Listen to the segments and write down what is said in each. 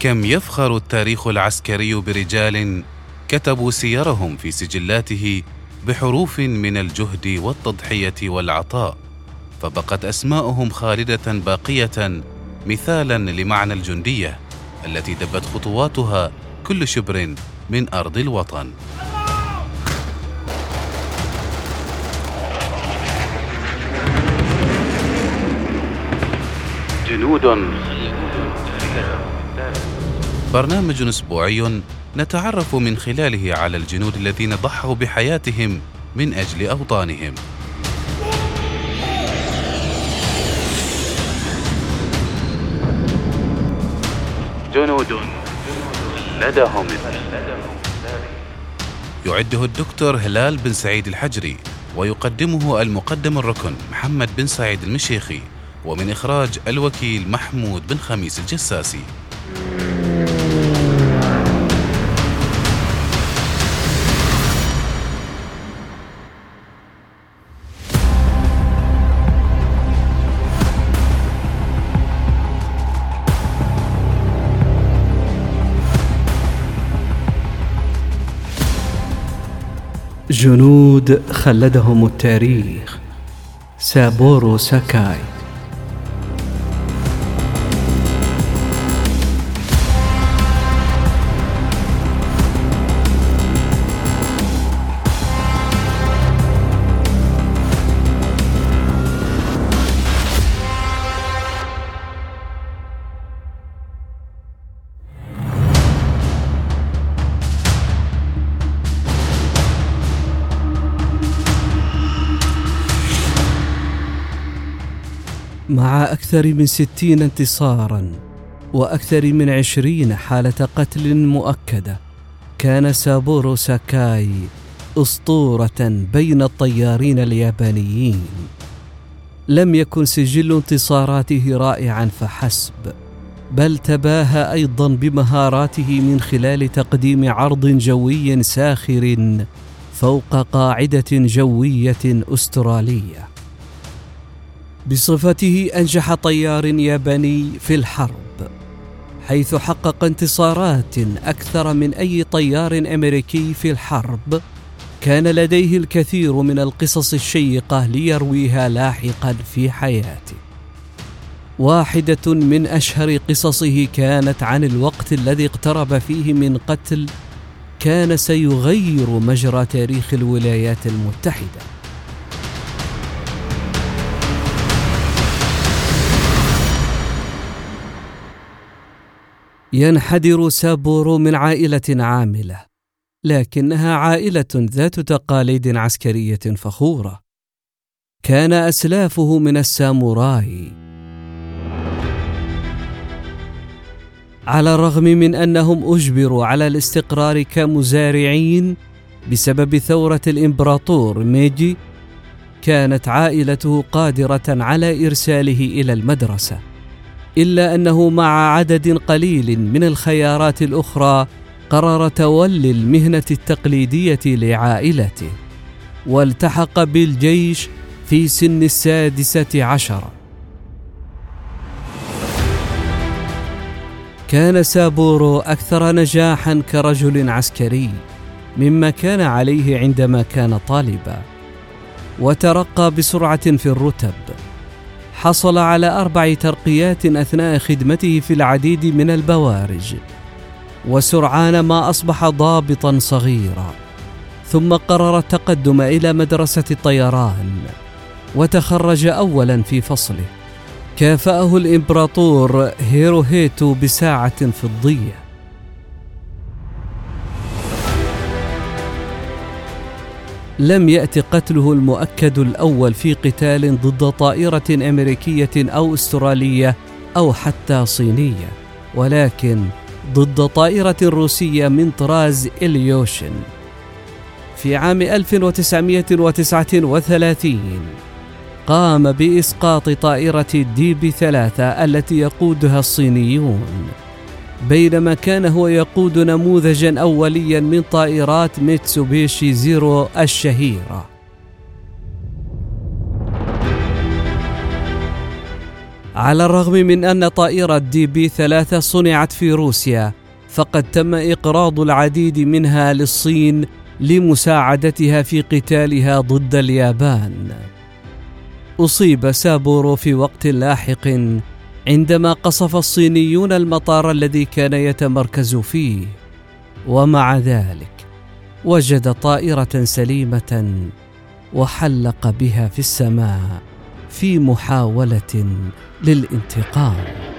كم يفخر التاريخ العسكري برجال كتبوا سيرهم في سجلاته بحروف من الجهد والتضحية والعطاء، فبقت أسماؤهم خالدة باقية مثالا لمعنى الجندية التي دبت خطواتها كل شبر من أرض الوطن. جنود، برنامج أسبوعي نتعرف من خلاله على الجنود الذين ضحوا بحياتهم من أجل أوطانهم. جنود لدهم يعده الدكتور هلال بن سعيد الحجري، ويقدمه المقدم الركن محمد بن سعيد المشيخي، ومن إخراج الوكيل محمود بن خميس الجساسي. جنود خلدهم التاريخ. سابورو ساكاي. مع أكثر من 60 انتصاراً وأكثر من 20 حالة قتل مؤكدة، كان سابورو ساكاي أسطورة بين الطيارين اليابانيين. لم يكن سجل انتصاراته رائعاً فحسب، بل تباهى أيضاً بمهاراته من خلال تقديم عرض جوي ساخر فوق قاعدة جوية أسترالية. بصفته أنجح طيار ياباني في الحرب، حيث حقق انتصارات أكثر من أي طيار أمريكي في الحرب، كان لديه الكثير من القصص الشيقة ليرويها لاحقا في حياته. واحدة من أشهر قصصه كانت عن الوقت الذي اقترب فيه من قتل كان سيغير مجرى تاريخ الولايات المتحدة. ينحدر سابورو من عائلة عاملة، لكنها عائلة ذات تقاليد عسكرية فخورة. كان أسلافه من الساموراي، على الرغم من أنهم أجبروا على الاستقرار كمزارعين بسبب ثورة الإمبراطور ميجي. كانت عائلته قادرة على إرساله إلى المدرسة، إلا أنه مع عدد قليل من الخيارات الأخرى قرر تولي المهنة التقليدية لعائلته، والتحق بالجيش في سن 16. كان سابورو أكثر نجاحاً كرجل عسكري مما كان عليه عندما كان طالباً، وترقى بسرعة في الرتب. حصل على 4 ترقيات أثناء خدمته في العديد من البوارج، وسرعان ما أصبح ضابطاً صغيراً، ثم قرر التقدم إلى مدرسة الطيران، وتخرج أولاً في فصله. كافأه الإمبراطور هيروهيتو بساعة فضية. لم يأتي قتله المؤكد الأول في قتال ضد طائرة أمريكية أو أسترالية أو حتى صينية، ولكن ضد طائرة روسية من طراز إليوشن. في عام 1939 قام بإسقاط طائرة DB-3 التي يقودها الصينيون، بينما كان هو يقود نموذجا أوليا من طائرات ميتسوبيشي زيرو الشهيرة. على الرغم من أن طائرة DB-3 صنعت في روسيا، فقد تم إقراض العديد منها للصين لمساعدتها في قتالها ضد اليابان. أصيب سابورو في وقت لاحق عندما قصف الصينيون المطار الذي كان يتمركز فيه، ومع ذلك وجد طائرة سليمة وحلق بها في السماء في محاولة للانتقام.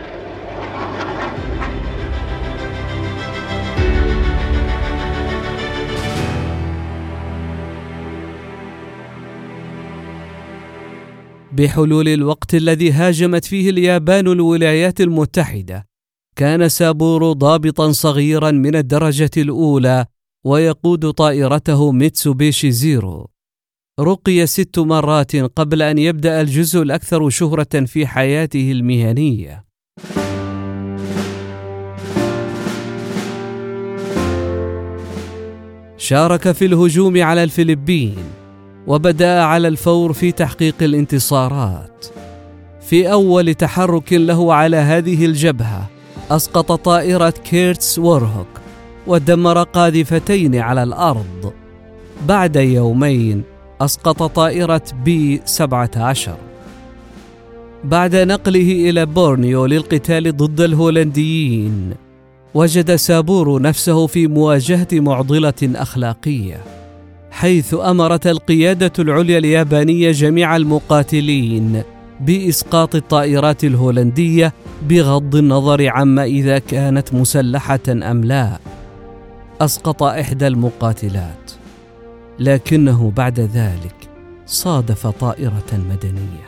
بحلول الوقت الذي هاجمت فيه اليابان الولايات المتحدة، كان سابورو ضابطا صغيرا من الدرجة الأولى ويقود طائرته ميتسوبيشي زيرو. رقي 6 مرات قبل أن يبدأ الجزء الأكثر شهرة في حياته المهنية. شارك في الهجوم على الفلبين، وبدأ على الفور في تحقيق الانتصارات. في أول تحرك له على هذه الجبهة أسقط طائرة كيرتس وورهوك ودمر قاذفتين على الأرض. بعد يومين أسقط طائرة B-17. بعد نقله إلى بورنيو للقتال ضد الهولنديين، وجد سابورو نفسه في مواجهة معضلة أخلاقية، حيث أمرت القيادة العليا اليابانية جميع المقاتلين بإسقاط الطائرات الهولندية بغض النظر عما إذا كانت مسلحة أم لا. أسقط إحدى المقاتلات، لكنه بعد ذلك صادف طائرة مدنية.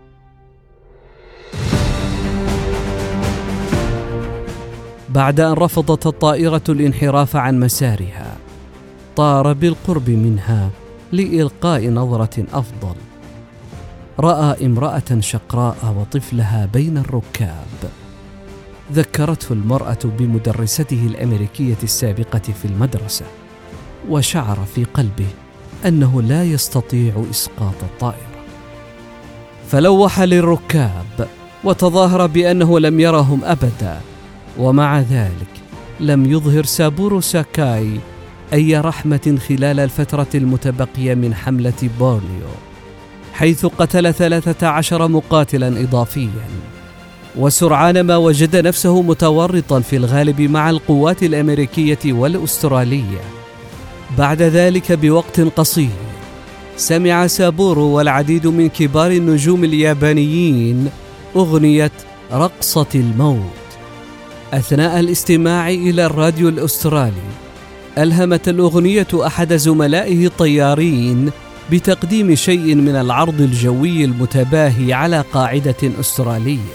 بعد أن رفضت الطائرة الانحراف عن مسارها، طار بالقرب منها لإلقاء نظرة أفضل. رأى امرأة شقراء وطفلها بين الركاب. ذكرته المرأة بمدرسته الأمريكية السابقة في المدرسة، وشعر في قلبه أنه لا يستطيع إسقاط الطائرة، فلوح للركاب وتظاهر بأنه لم يرهم أبدا. ومع ذلك لم يظهر سابورو ساكاي أي رحمة خلال الفترة المتبقية من حملة بورنيو، حيث قتل 13 مقاتلا إضافيا. وسرعان ما وجد نفسه متورطا في الغالب مع القوات الأمريكية والأسترالية. بعد ذلك بوقت قصير سمع سابورو والعديد من كبار النجوم اليابانيين أغنية رقصة الموت. أثناء الاستماع إلى الراديو الأسترالي، ألهمت الأغنية أحد زملائه الطيارين بتقديم شيء من العرض الجوي المتباهي على قاعدة أسترالية.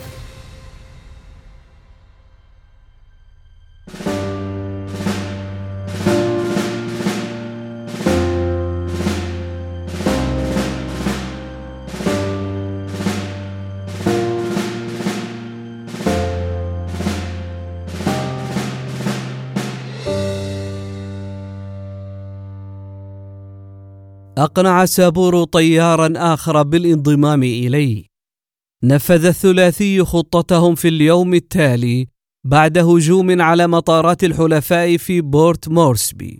أقنع سابورو طياراً آخر بالانضمام إليه. نفذ الثلاثي خطتهم في اليوم التالي بعد هجوم على مطارات الحلفاء في بورت مورسبي.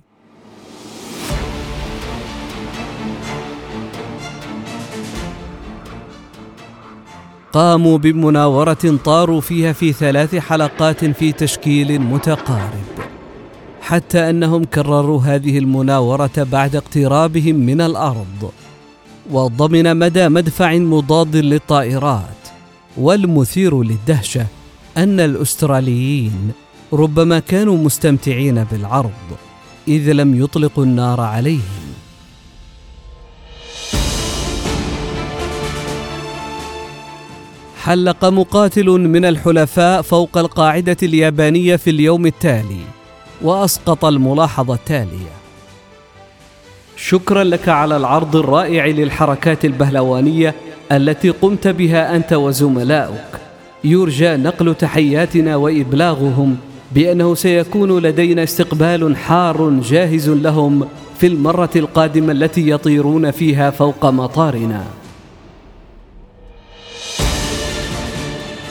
قاموا بمناورة طاروا فيها في 3 حلقات في تشكيل متقارب، حتى أنهم كرروا هذه المناورة بعد اقترابهم من الأرض. وضمن مدى مدفع مضاد للطائرات. والمثير للدهشة أن الأستراليين ربما كانوا مستمتعين بالعرض، إذ لم يطلقوا النار عليهم. حلق مقاتل من الحلفاء فوق القاعدة اليابانية في اليوم التالي، وأسقط الملاحظة التالية: شكرا لك على العرض الرائع للحركات البهلوانية التي قمت بها أنت وزملاؤك. يرجى نقل تحياتنا وإبلاغهم بأنه سيكون لدينا استقبال حار جاهز لهم في المرة القادمة التي يطيرون فيها فوق مطارنا.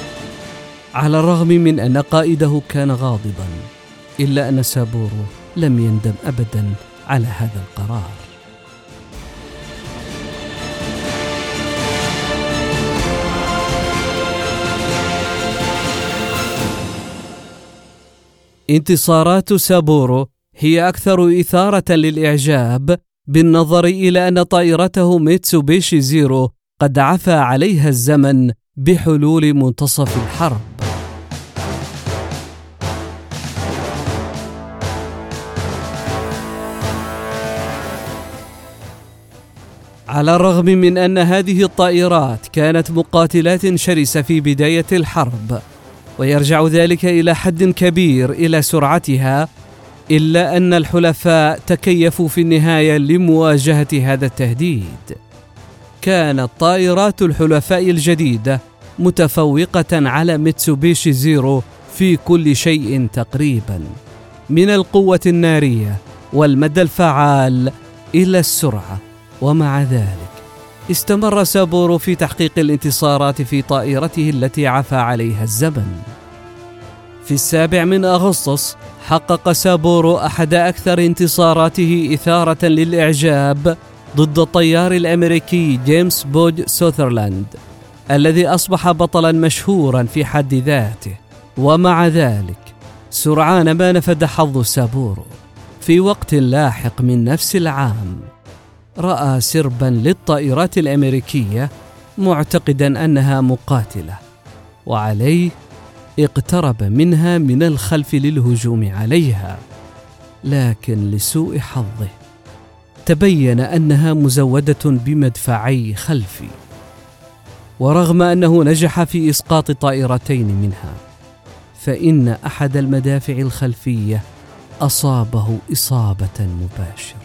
على الرغم من أن قائده كان غاضبا، إلا أن سابورو لم يندم أبدا على هذا القرار. انتصارات سابورو هي أكثر إثارة للإعجاب بالنظر إلى أن طائرته ميتسوبيشي زيرو قد عفى عليها الزمن بحلول منتصف الحرب. على الرغم من أن هذه الطائرات كانت مقاتلات شرسة في بداية الحرب، ويرجع ذلك إلى حد كبير إلى سرعتها، إلا أن الحلفاء تكيفوا في النهاية لمواجهة هذا التهديد. كانت طائرات الحلفاء الجديدة متفوقة على ميتسوبيشي زيرو في كل شيء تقريبا، من القوة النارية والمدى الفعال إلى السرعة. ومع ذلك استمر سابورو في تحقيق الانتصارات في طائرته التي عفى عليها الزمن. في 7 أغسطس حقق سابورو أحد أكثر انتصاراته إثارة للإعجاب ضد الطيار الأمريكي جيمس بوج سوثرلاند، الذي أصبح بطلا مشهورا في حد ذاته. ومع ذلك سرعان ما نفد حظ سابورو. في وقت لاحق من نفس العام رأى سربا للطائرات الأمريكية معتقدا أنها مقاتلة، وعليه اقترب منها من الخلف للهجوم عليها، لكن لسوء حظه تبين أنها مزودة بمدفعي خلفي. ورغم أنه نجح في إسقاط طائرتين منها، فإن أحد المدافع الخلفية أصابه إصابة مباشرة.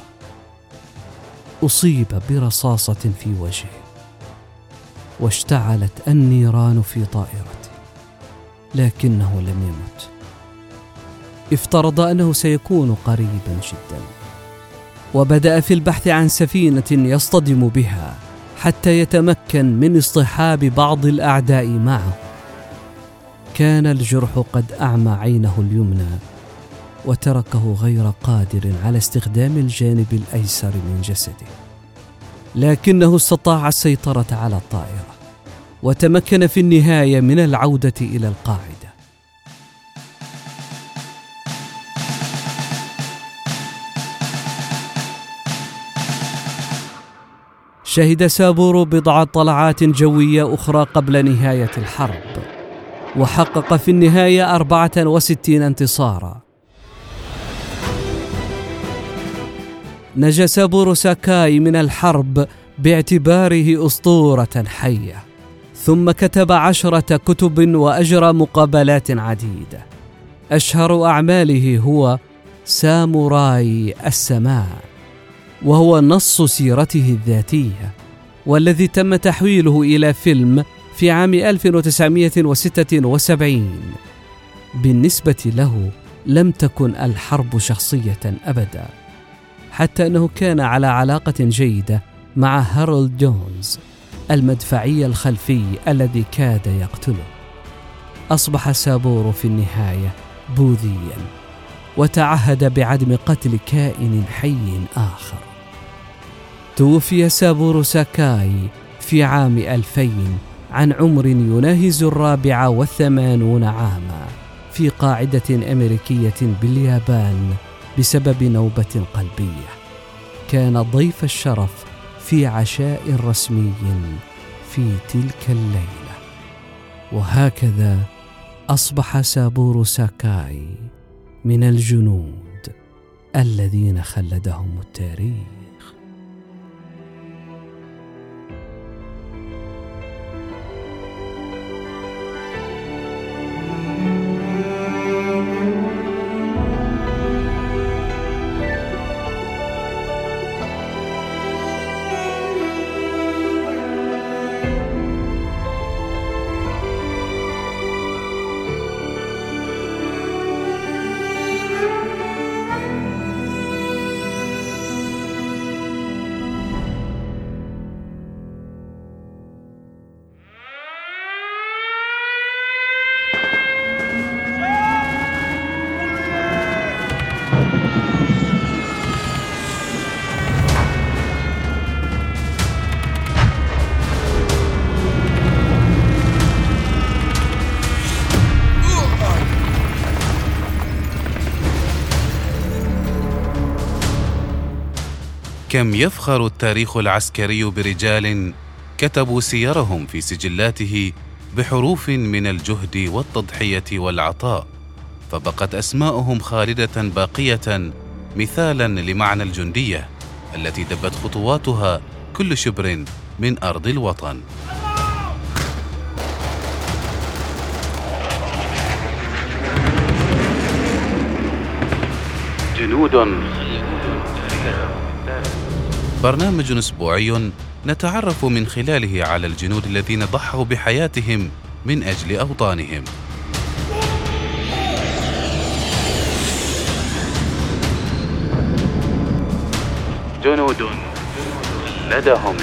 أصيب برصاصة في وجهه، واشتعلت النيران في طائرته، لكنه لم يمت. افترض أنه سيكون قريبا جدا، وبدأ في البحث عن سفينة يصطدم بها حتى يتمكن من اصطحاب بعض الأعداء معه. كان الجرح قد أعمى عينه اليمنى وتركه غير قادر على استخدام الجانب الأيسر من جسده، لكنه استطاع السيطرة على الطائرة وتمكن في النهاية من العودة إلى القاعدة. شهد سابورو بضع طلعات جوية أخرى قبل نهاية الحرب، وحقق في النهاية 64 انتصارا. نجا سابورو ساكاي من الحرب باعتباره أسطورة حية، ثم كتب 10 كتب وأجرى مقابلات عديدة. أشهر أعماله هو ساموراي السماء، وهو نص سيرته الذاتية، والذي تم تحويله إلى فيلم في عام 1976. بالنسبة له لم تكن الحرب شخصية أبدا، حتى أنه كان على علاقة جيدة مع هارولد جونز المدفعي الخلفي الذي كاد يقتله. أصبح سابورو في النهاية بوذيا، وتعهد بعدم قتل كائن حي آخر. توفي سابورو ساكاي في عام 2000 عن عمر يناهز 84 عاما في قاعدة أمريكية باليابان بسبب نوبة قلبية. كان ضيف الشرف في عشاء رسمي في تلك الليلة. وهكذا أصبح سابورو ساكاي من الجنود الذين خلدهم التاريخ. كم يفخر التاريخ العسكري برجال كتبوا سيرهم في سجلاته بحروف من الجهد والتضحية والعطاء، فبقت أسماؤهم خالدة باقية مثالا لمعنى الجندية التي دبت خطواتها كل شبر من أرض الوطن. جنود، برنامج أسبوعي نتعرف من خلاله على الجنود الذين ضحوا بحياتهم من أجل أوطانهم. جنود لدهم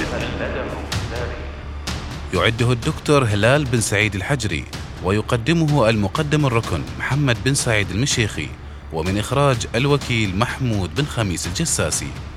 يعده الدكتور هلال بن سعيد الحجري، ويقدمه المقدم الركن محمد بن سعيد المشيخي، ومن إخراج الوكيل محمود بن خميس الجساسي.